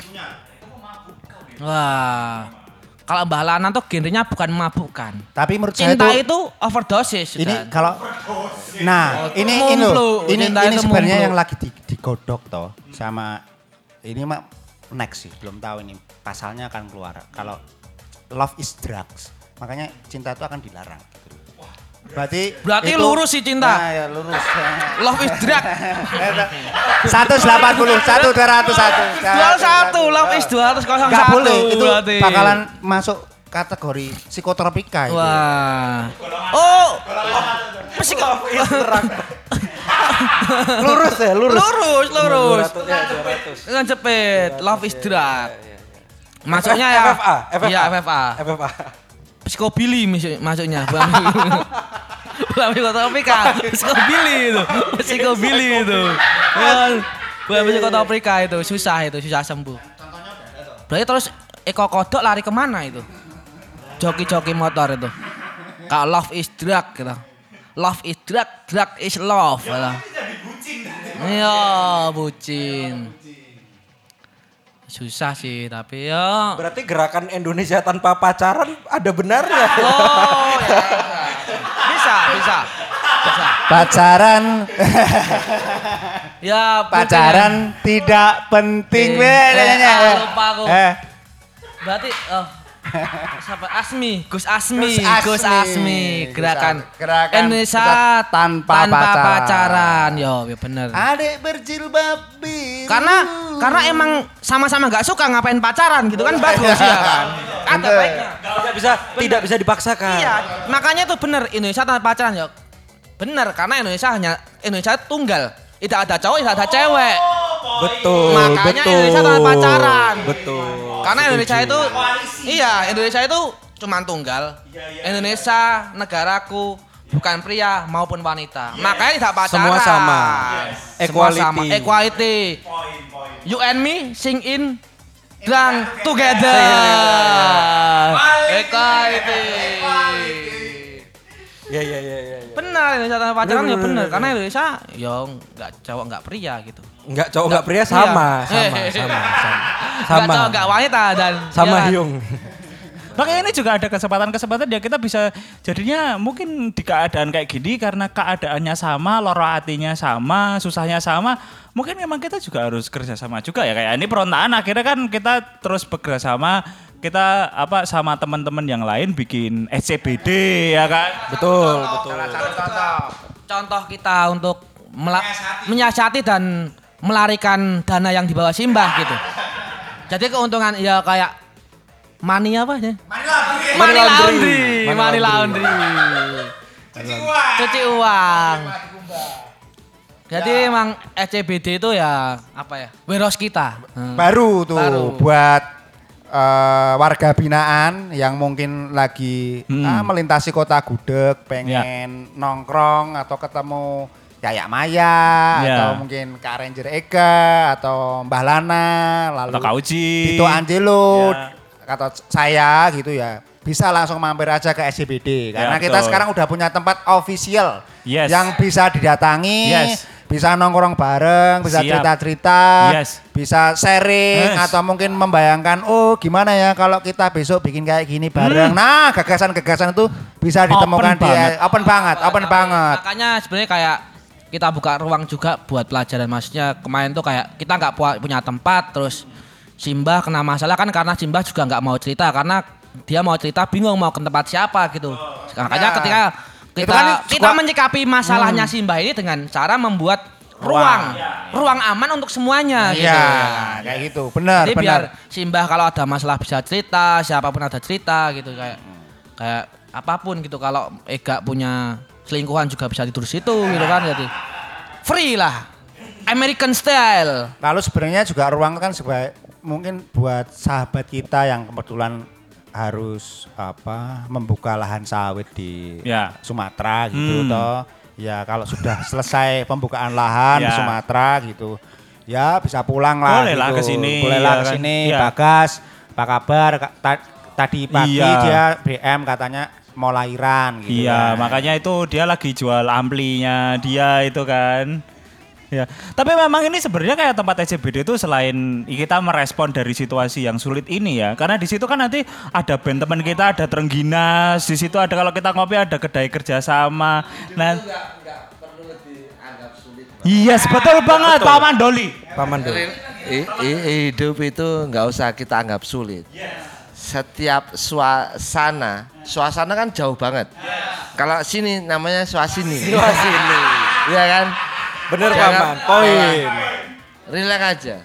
Wah. Kalau Mbah Lana tuh genrenya bukan mabuk kan. Tapi menurut saya Cinta itu itu overdosis. ini sudah. kalau nah ini Cinta itu sebenarnya mumplu. yang lagi digodok toh sama ini mah next sih belum tahu ini pasalnya akan keluar kalau love is drugs makanya cinta itu akan dilarang gitu. Berarti itu, lurus sih cinta. Nah, ya lurus. Love is drug. 180, 21, love is 201. Enggak boleh, itu berarti. bakalan masuk kategori psikotropika itu. Wah. Oh. Lurus ya, lurus. Lurus. 200. Dengan cepet, love is drug. Masuknya ya FFA. Iya, FFA. FFA. Psikobili masuknya. Bukan psikotropika, psikobili itu. Psikobili itu. Bukan psikotropika itu, susah sembuh. Berarti terus Eko Kodok lari kemana itu? Joki-joki motor itu. Kalau love is drug gitu. Love is drug, drug is love. Gitu. Iya, bucin. Susah sih tapi ya. Berarti gerakan Indonesia tanpa pacaran ada benarnya. Oh ya. Bisa. Pacaran Ya pacaran tidak penting. lupa aku. Berarti siapa? Gus Asmi. Gerakan Indonesia tanpa pacaran. Yo, ya bener. Adik berjilbab biru. Karena emang sama-sama nggak suka ngapain pacaran gitu kan bagus ya kan. Ada baiknya. Tidak bisa dipaksakan. Iya, makanya tuh bener Indonesia tanpa pacaran ya. Bener karena Indonesia tunggal. Tidak ada cowok, tidak ada cewek. Betul. Makanya Indonesia tanpa pacaran. Betul. Karena Indonesia itu cuma tunggal. Indonesia negaraku bukan pria maupun wanita. Makanya tidak pacaran. Semua sama. Semua sama. Equality. You and me sing in drunk together. Equality. Ya. Benar Indonesia tanpa pacaran ya benar. Karena Indonesia ya nggak cowok nggak pria gitu. Enggak cowok enggak pria sama. Nggak cowok nggak wanita dan sama ya, hiung. Makanya ini juga ada kesempatan ya kita bisa jadinya mungkin di keadaan kayak gini karena keadaannya sama, loro hatinya sama, susahnya sama. Mungkin memang kita juga harus kerja sama juga ya kayak ini perontaan akhirnya kan kita terus bekerja sama. Kita sama teman-teman yang lain bikin SCBD ya kan? Betul. Contoh kita untuk menyiasati dan melarikan dana yang dibawa Simbah gitu. Jadi keuntungan ya kayak money apa ya? Money laundry. Cuci uang. Jadi emang SCBD itu ya apa ya? Warehouse kita. Baru buat warga binaan yang mungkin lagi melintasi kota Gudeg, pengen nongkrong atau ketemu Yayak Maya atau mungkin Kak Ranger Ega atau Mbah Lana lalu atau Kak Uji, Dito Angelo atau saya gitu ya. Bisa langsung mampir aja ke SCBD karena kita sekarang udah punya tempat official yang bisa didatangi. Bisa nongkrong bareng, bisa cerita-cerita, bisa sharing atau mungkin membayangkan gimana ya kalau kita besok bikin kayak gini bareng. Nah, gagasan-gagasan itu bisa ditemukan open banget. Makanya sebenarnya kayak kita buka ruang juga buat pelajaran. Maksudnya kemarin tuh kayak kita nggak punya tempat, terus Simbah kena masalah kan karena Simbah juga nggak mau cerita karena dia mau cerita bingung mau ke tempat siapa gitu. Makanya ketika kita menyikapi masalahnya Simbah ini dengan cara membuat ruang aman untuk semuanya gitu. Iya, kayak gitu. Benar. Jadi biar Simbah kalau ada masalah bisa cerita, siapapun ada cerita gitu kayak apapun gitu. Kalau Ega punya selingkuhan juga bisa tidur situ gitu kan jadi free lah. American style. Lalu sebenarnya juga ruang kan mungkin buat sahabat kita yang kebetulan harus membuka lahan sawit di Sumatera gitu toh. Ya kalau sudah selesai pembukaan lahan di Sumatera gitu. Ya bisa pulang lah boleh gitu. Bolehlah ke sini. Bagas, apa kabar? Tadi pagi dia BM katanya mau lahiran gitu. Iya, makanya itu dia lagi jual amplinya dia itu kan. Ya. Tapi memang ini sebenarnya kayak tempat SCBD itu selain kita merespon dari situasi yang sulit ini ya. Karena di situ kan nanti ada band teman kita, ada Trengginas, di situ ada kalau kita ngopi ada kedai kerjasama. Nah, enggak perlu dianggap sulit. Iya, betul banget Pak Mandoli. Hidup itu nggak usah kita anggap sulit. Setiap suasana kan jauh banget. Kalau sini namanya suasini. Iya kan? Bener Paman, poin. Relax aja.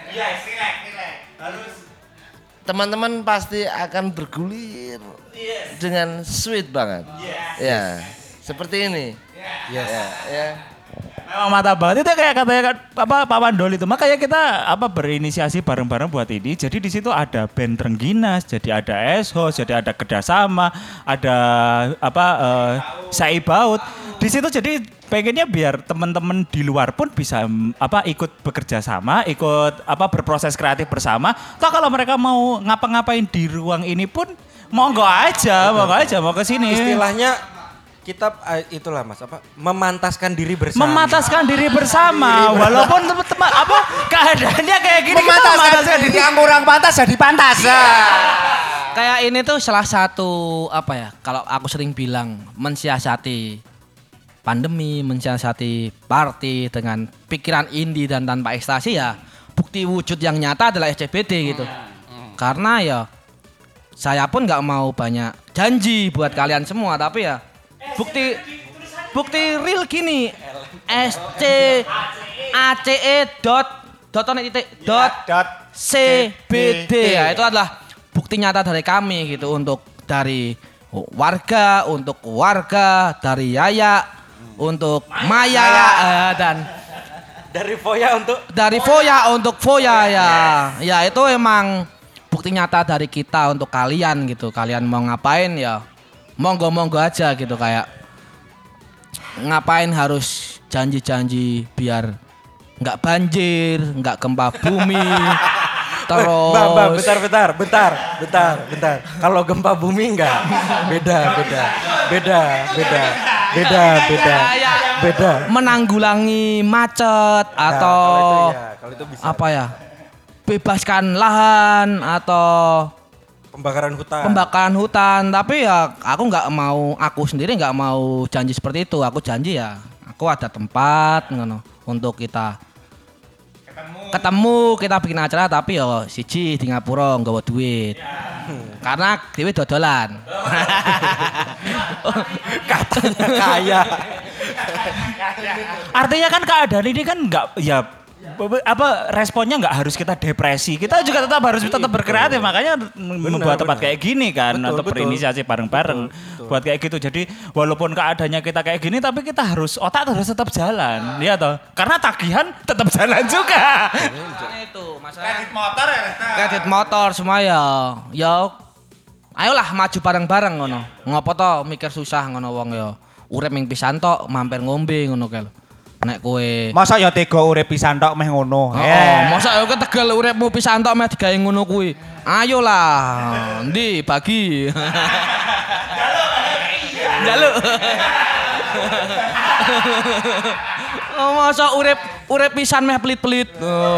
Teman-teman pasti akan bergulir dengan sweet banget. Ya, seperti ini. Ya. Memang mata banget itu kayak katanya Pak Mandol itu. Makanya kita berinisiasi bareng-bareng buat ini. Jadi di situ ada band Trengginas, jadi ada S-Host, jadi ada kerjasama, ada Saibaut. Di situ jadi pengennya biar teman-teman di luar pun bisa ikut bekerja sama, ikut berproses kreatif bersama. Toh kalau mereka mau ngapa-ngapain di ruang ini pun monggo aja mau ke sini. Istilahnya kita itulah Mas memantaskan diri bersama. Walaupun teman-teman keadaannya kayak gini memantaskan diri pantas jadi pantas. Kayak ini tuh salah satu apa ya? Kalau aku sering bilang mensiasati pandemi, mensiasati party dengan pikiran indie dan tanpa ekstasi ya. Bukti wujud yang nyata adalah SCBD gitu. Karena ya saya pun nggak mau banyak janji buat kalian semua, tapi ya bukti real gini. CBD ya itu adalah bukti nyata dari kami gitu, untuk dari warga, untuk warga, dari Yaya, untuk Maya, dan Dari Foya untuk Foya ya. Ya itu emang bukti nyata dari kita untuk kalian gitu. Kalian mau ngapain ya monggo aja gitu, kayak ngapain harus janji-janji biar nggak banjir, nggak gempa bumi. Terus bentar. Kalau gempa bumi enggak. Beda. Menanggulangi macet atau kalau itu bisa. apa ya? Bebaskan lahan atau Pembakaran hutan. Tapi ya aku sendiri nggak mau janji seperti itu. Aku janji ya, aku ada tempat ngono untuk kita ketemu, kita bikin acara, tapi yo siji di Ngapura nggawa duit. Karena duit dodolan. Katanya kaya. Artinya kan keadaan ini kan nggak ya responnya nggak harus kita depresi, kita juga tetap harus berkreatif, makanya membuat tempat kayak gini kan, atau berinisiasi bareng-bareng buat kayak gitu. Jadi walaupun keadaannya kita kayak gini, tapi kita otak harus tetap jalan, ya toh, karena tagihan tetap jalan juga. Itu masalah kredit motor semua ya ayolah maju bareng-bareng ngono, ngopo toh mikir susah ngono wong ya urip ming pisan tok mampir ngombe ngono kae. Nek kowe Masa ya tega urip pisan tok meh ngono. Masa ya ketegel uripmu pisan tok meh digawe ngono kuwi. Ayolah, ndi bagi. Jaluk. Masa urip pisan meh pelit-pelit.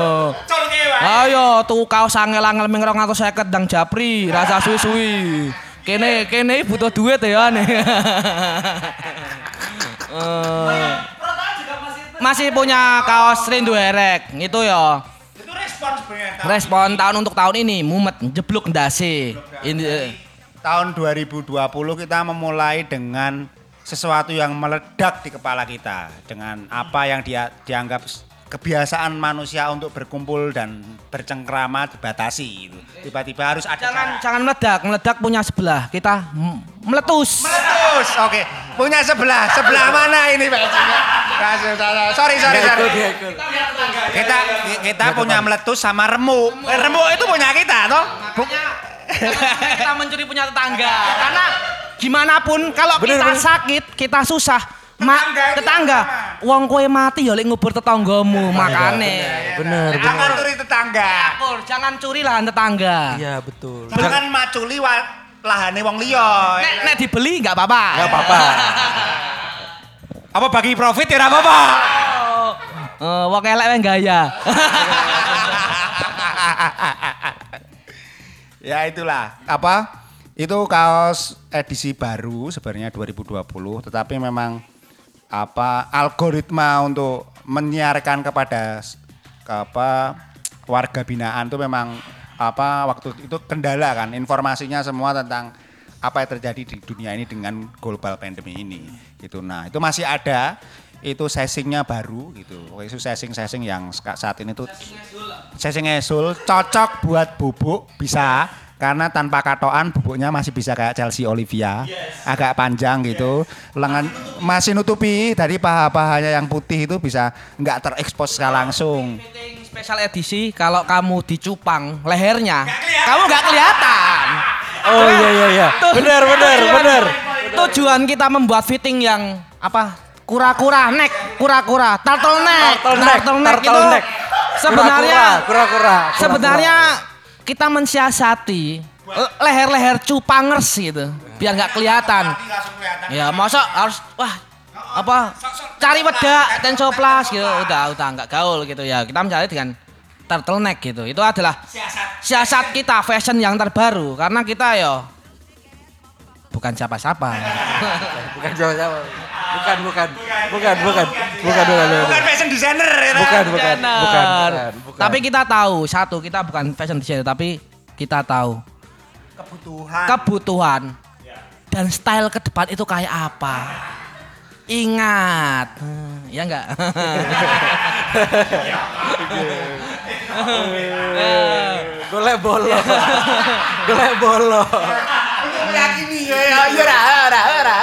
Ayo tuku kaos angel-angel ming 250 ndang Japri, rasa suwi-suwi. Kene butuh duit ya nih. Masih punya kaos Rindu Herek itu ya. Itu respon sebenarnya. Respon tahun ini mumet jeblok ndase. Tahun 2020 kita memulai dengan sesuatu yang meledak di kepala kita, dengan apa yang dianggap kebiasaan manusia untuk berkumpul dan bercengkrama dibatasi gitu. Tiba-tiba harus ada Jangan meledak punya sebelah. Kita meletus. Oke. Punya sebelah mana ini Pak? Sorry. Kita punya meletus sama remuk. Remuk itu punya kita toh? Kita mencuri punya tetangga. Karena gimana pun kalau kita sakit, kita susah, tetangga. Wong kowe mati ya lek ngubur tetanggamu, makane. Bener. Jangan curi tetangga. Jangan curi lahan tetangga. Iya betul. Jangan maculi lahane wong liya. Nek dibeli enggak apa-apa. Enggak apa-apa. Apa bagi profit ya enggak apa-apa. Wong elek wae gaya. Ya itulah. Itu kaos edisi baru sebenarnya 2020, tetapi memang algoritma untuk menyiarkan kepada warga binaan itu memang waktu itu kendala kan, informasinya semua tentang apa yang terjadi di dunia ini dengan global pandemi ini gitu. Nah, itu masih ada, itu sesingnya baru gitu. Itu sesing yang saat ini tuh sesing esul, cocok buat bubuk bisa. Karena tanpa katoan bubuknya masih bisa kayak Chelsea Olivia, agak panjang gitu, lengan masih nutupi dari paha-pahanya yang putih itu bisa nggak terekspos langsung. Spesial edisi kalau kamu dicupang lehernya, kamu nggak kelihatan. Oh iya. Bener. Tujuan kita membuat fitting yang kura-kura neck, turtleneck itu sebenarnya kita mensiasati leher-leher cupangers gitu biar nggak kelihatan. Ya masa harus cari wedak tensoplas gitu udah nggak gaul gitu ya. Kita mencari dengan turtleneck gitu. Itu adalah siasat kita fashion yang terbaru karena kita bukan siapa-siapa. Bukan siapa-siapa. Bukan. Bukan fashion designer ya. Bukan. Tapi kita tahu kita bukan fashion designer tapi kita tahu kebutuhan dan style ke depan itu kayak apa. Ingat, ya enggak? Golek bolo. Meyakini ya ora.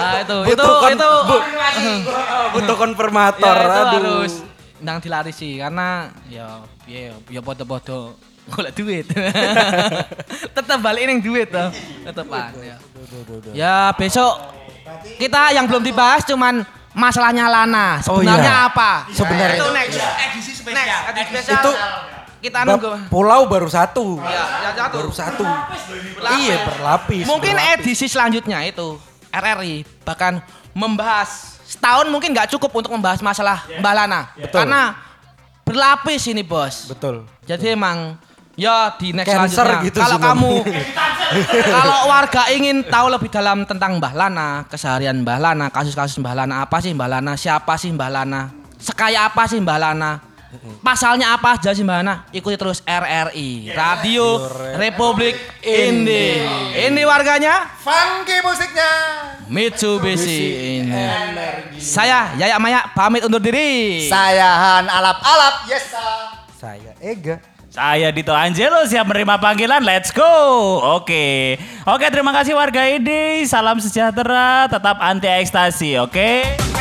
Butuh konfirmator. Ya, itu Aduh. harus ndang dilarisi karena ya podo-podo golek duit. Tetap balik ning duit toh. Tetepan ya. Ya besok kita yang belum dibahas cuman masalahnya Lana. Sebenarnya apa? Sebenarnya itu next edisi spesial. Itu kita nunggu. Pulau baru satu. Ya, Baru satu. Iya, berlapis. Mungkin berlapis. edisi selanjutnya itu RRI bahkan membahas setahun mungkin nggak cukup untuk membahas masalah Mbak Lana. Betul. Karena berlapis ini bos. Betul. Jadi emang ya di next Cancer selanjutnya. gitu Kalau sih, Mam. kamu kalau warga ingin tahu lebih dalam tentang Mbah Lana, keseharian Mbah Lana, kasus-kasus Mbah Lana, apa sih Mbah Lana, siapa sih Mbah Lana, sekaya apa sih Mbah Lana, pasalnya apa aja sih Mbah Lana, ikuti terus RRI, Radio Republik Indi. Ini warganya Funky musiknya. Mitsubishi ini. Saya Yaya Maya pamit undur diri. Saya Han alap-alap. Yes, sir. Saya Ega. Saya Dito Angelo siap menerima panggilan. Let's go. Oke, terima kasih warga ini. Salam sejahtera, tetap anti ekstasi. Oke.